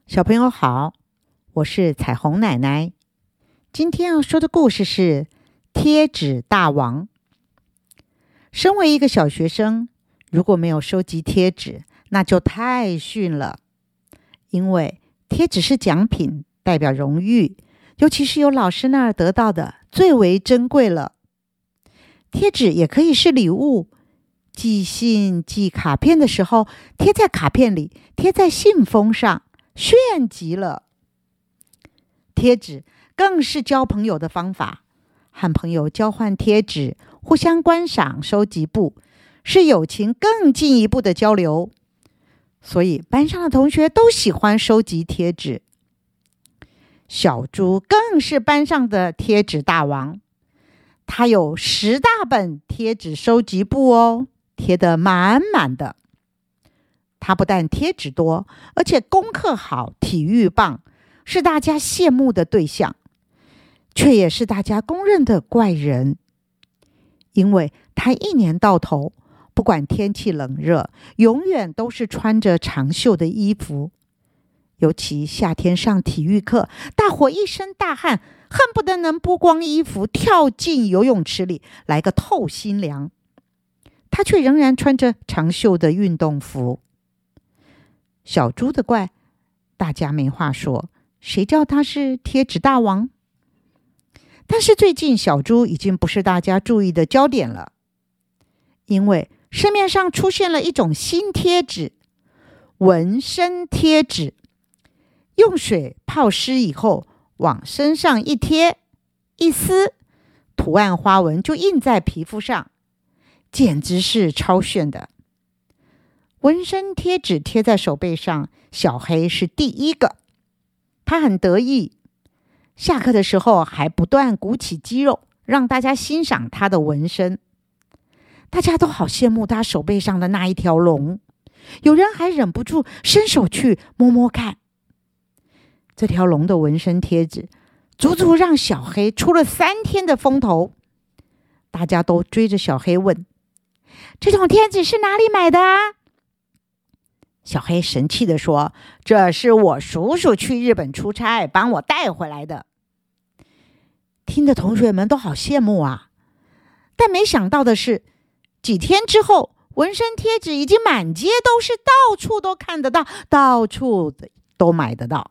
小朋友好，我是彩虹奶奶。今天要说的故事是贴纸大王。身为一个小学生，如果没有收集贴纸，那就太逊了。因为贴纸是奖品，代表荣誉，尤其是由老师那儿得到的，最为珍贵了。贴纸也可以是礼物，寄信、寄卡片的时候，贴在卡片里，贴在信封上，炫极了。贴纸更是交朋友的方法，和朋友交换贴纸，互相观赏、收集簿，是友情更进一步的交流。所以班上的同学都喜欢收集贴纸。小猪更是班上的贴纸大王，他有10大本贴纸收集簿哦，贴得满满的。他不但贴纸多，而且功课好，体育棒，是大家羡慕的对象，却也是大家公认的怪人。因为他一年到头，不管天气冷热，永远都是穿着长袖的衣服。尤其夏天上体育课，大伙一身大汗，恨不得能剥光衣服跳进游泳池里来个透心凉。他却仍然穿着长袖的运动服。小猪的怪，大家没话说，谁叫他是贴纸大王？但是最近小猪已经不是大家注意的焦点了，因为市面上出现了一种新贴纸——纹身贴纸。用水泡湿以后，往身上一贴一撕，图案花纹就印在皮肤上，简直是超炫的。纹身贴纸贴在手背上，小黑是第一个，他很得意，下课的时候还不断鼓起肌肉，让大家欣赏他的纹身。大家都好羡慕他手背上的那一条龙，有人还忍不住伸手去摸摸看。这条龙的纹身贴纸足足让小黑出了3天的风头，大家都追着小黑问：这种贴纸是哪里买的啊？小黑神气地说：这是我叔叔去日本出差帮我带回来的。听的同学们都好羡慕啊，但没想到的是，几天之后，纹身贴纸已经满街都是，到处都看得到，到处都买得到。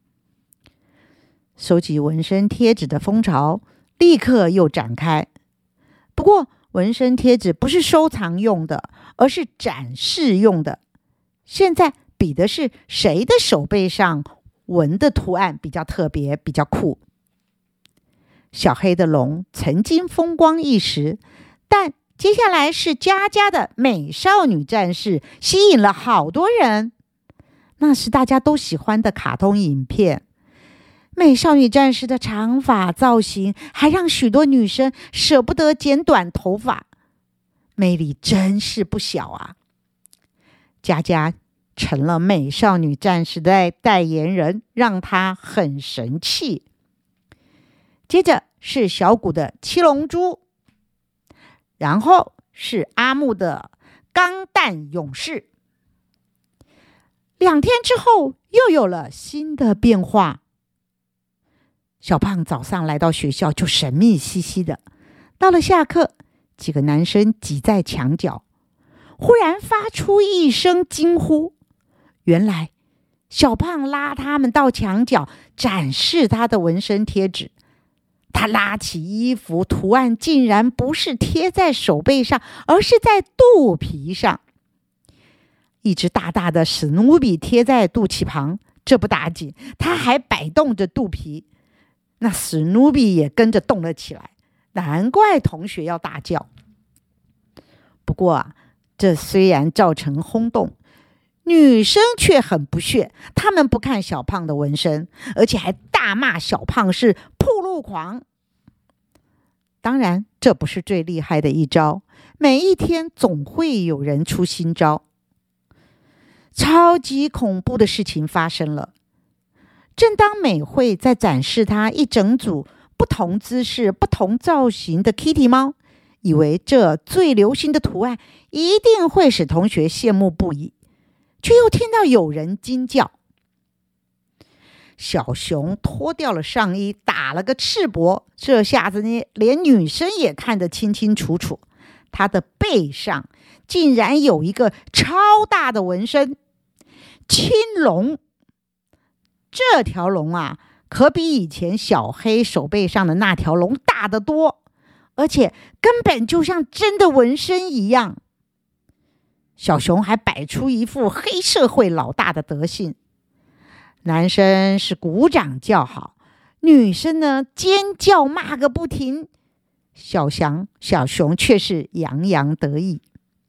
收集纹身贴纸的风潮立刻又展开。不过纹身贴纸不是收藏用的，而是展示用的。现在比的是谁的手背上纹的图案比较特别，比较酷。小黑的龙曾经风光一时，但接下来是佳佳的美少女战士吸引了好多人。那是大家都喜欢的卡通影片。美少女战士的长发造型还让许多女生舍不得剪短头发，魅力真是不小啊。佳佳成了美少女战士的代言人，让她很神气。接着是小谷的七龙珠，然后是阿木的钢弹勇士。2天之后又有了新的变化。小胖早上来到学校就神秘兮兮的，到了下课，几个男生挤在墙角，忽然发出一声惊呼。原来小胖拉他们到墙角展示他的纹身贴纸。他拉起衣服，图案竟然不是贴在手背上，而是在肚皮上。一只大大的史努比贴在肚脐旁，这不打紧，他还摆动着肚皮，那史努比也跟着动了起来，难怪同学要大叫。不过这虽然造成轰动，女生却很不屑，她们不看小胖的纹身，而且还大骂小胖是暴露狂。当然，这不是最厉害的一招，每一天总会有人出新招。超级恐怖的事情发生了。正当美惠在展示她一整组不同姿势、不同造型的 Kitty 猫，以为这最流行的图案一定会使同学羡慕不已，却又听到有人惊叫： 小熊脱掉了上衣，打了个赤膊，这下子呢，连女生也看得清清楚楚，她的背上竟然有一个超大的纹身，青龙。这条龙啊，可比以前小黑手背上的那条龙大得多，而且根本就像真的纹身一样。小熊还摆出一副黑社会老大的德性，男生是鼓掌叫好，女生呢尖叫骂个不停，小熊却是洋洋得意。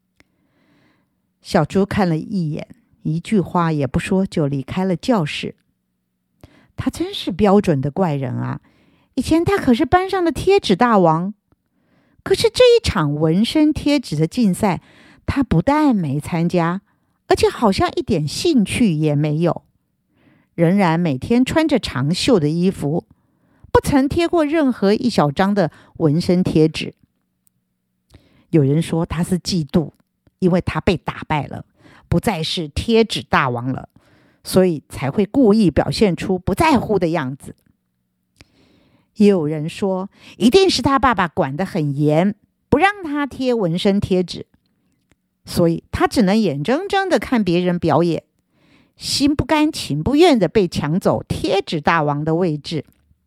小猪看了一眼，一句话也不说就离开了教室。他真是标准的怪人啊！以前他可是班上的贴纸大王，可是这一场纹身贴纸的竞赛，他不但没参加，而且好像一点兴趣也没有，仍然每天穿着长袖的衣服，不曾贴过任何一小张的纹身贴纸。有人说他是嫉妒，因为他被打败了，不再是贴纸大王了，所以才会故意表现出不在乎的样子。也有人说，一定是他爸爸管得很严，不让他贴纹身贴纸，所以他只能眼睁睁地看别人表演，心不甘情不愿地被抢走贴纸大王的位置。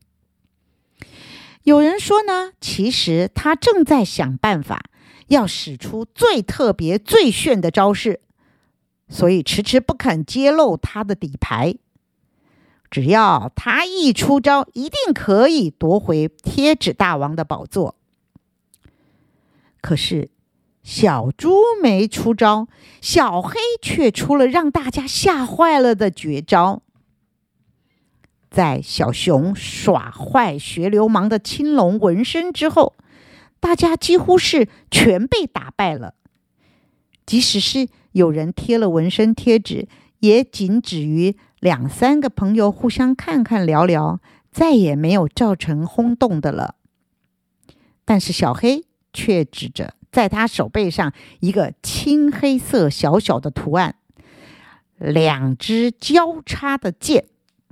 有人说呢，其实他正在想办法，要使出最特别最炫的招式，所以迟迟不肯揭露他的底牌。只要他一出招，一定可以夺回贴纸大王的宝座。可是小猪没出招，小黑却出了让大家吓坏了的绝招。在小熊耍坏学流氓的青龙纹身之后，大家几乎是全被打败了。即使是有人贴了纹身贴纸，也仅止于2-3个朋友互相看看聊聊，再也没有造成轰动的了。但是小黑却指着在他手背上一个青黑色小小的图案，2支交叉的剑，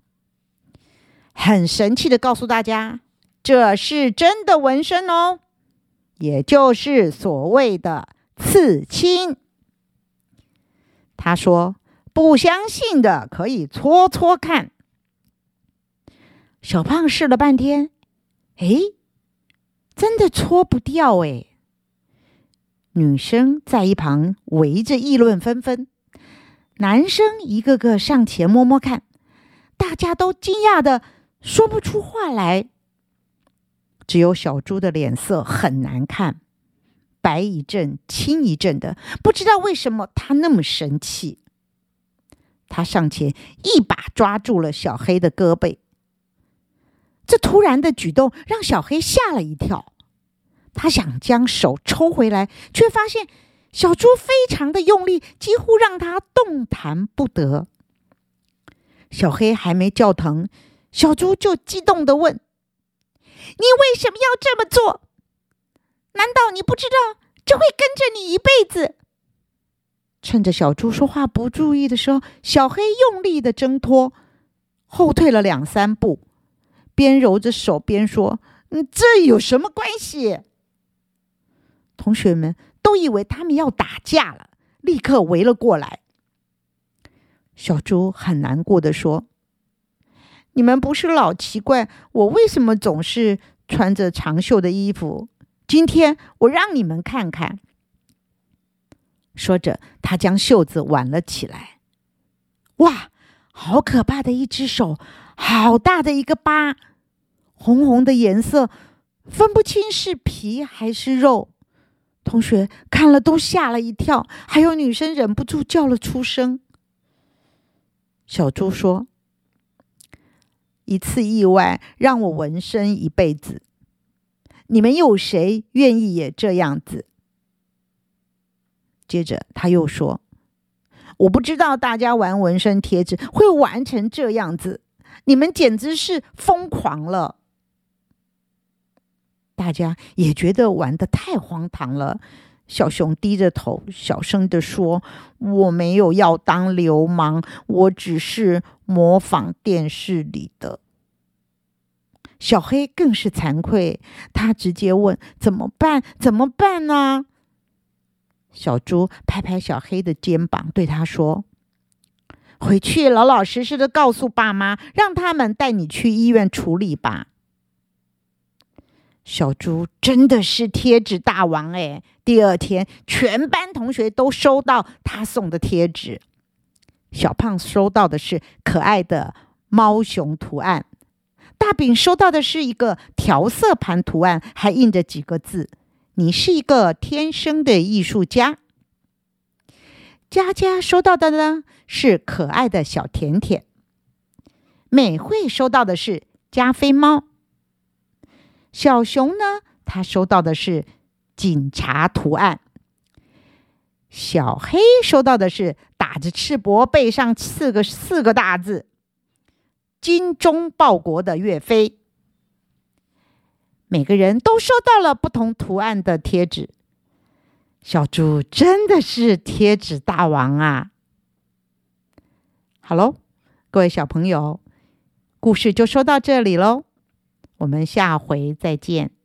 很神气的告诉大家，这是真的纹身哦，也就是所谓的刺青。他说，不相信的可以搓搓看。小胖试了半天，真的搓不掉诶。女生在一旁围着议论纷纷，男生一个个上前摸摸看，大家都惊讶的说不出话来。只有小猪的脸色很难看，白一阵青一阵的，不知道为什么他那么生气。他上前一把抓住了小黑的胳膊，这突然的举动让小黑吓了一跳。他想将手抽回来，却发现小猪非常的用力，几乎让他动弹不得。小黑还没叫疼，小猪就激动地问，你为什么要这么做？难道你不知道这会跟着你一辈子？趁着小猪说话不注意的时候，小黑用力的挣脱，后退了2-3步，边揉着手边说，这有什么关系？同学们都以为他们要打架了，立刻围了过来。小猪很难过的说，你们不是老奇怪我为什么总是穿着长袖的衣服，今天我让你们看看。说着，他将袖子挽了起来。哇，好可怕的一只手，好大的一个疤，红红的颜色，分不清是皮还是肉。同学看了都吓了一跳，还有女生忍不住叫了出声。小猪说，一次意外让我纹身一辈子，你们有谁愿意也这样子？接着他又说，我不知道大家玩纹身贴纸会玩成这样子，你们简直是疯狂了。大家也觉得玩得太荒唐了， 小熊低着头，小声地说：“我没有要当流氓，我只是模仿电视里的。”小黑更是惭愧，他直接问：“怎么办？怎么办呢？”小猪拍拍小黑的肩膀，对他说：“回去老老实实的告诉爸妈，让他们带你去医院处理吧。”小猪真的是贴纸大王哎！第二天，全班同学都收到他送的贴纸。小胖收到的是可爱的猫熊图案，大饼收到的是一个调色盘图案，还印着几个字：“你是一个天生的艺术家。”佳佳收到的呢是可爱的小甜甜，美惠收到的是加菲猫。小熊呢，他收到的是警察图案。小黑收到的是打着赤膊背上四个大字：“精忠报国的岳飞。”每个人都收到了不同图案的贴纸。小猪真的是贴纸大王啊！好喽，各位小朋友，故事就说到这里喽。我们下回再见。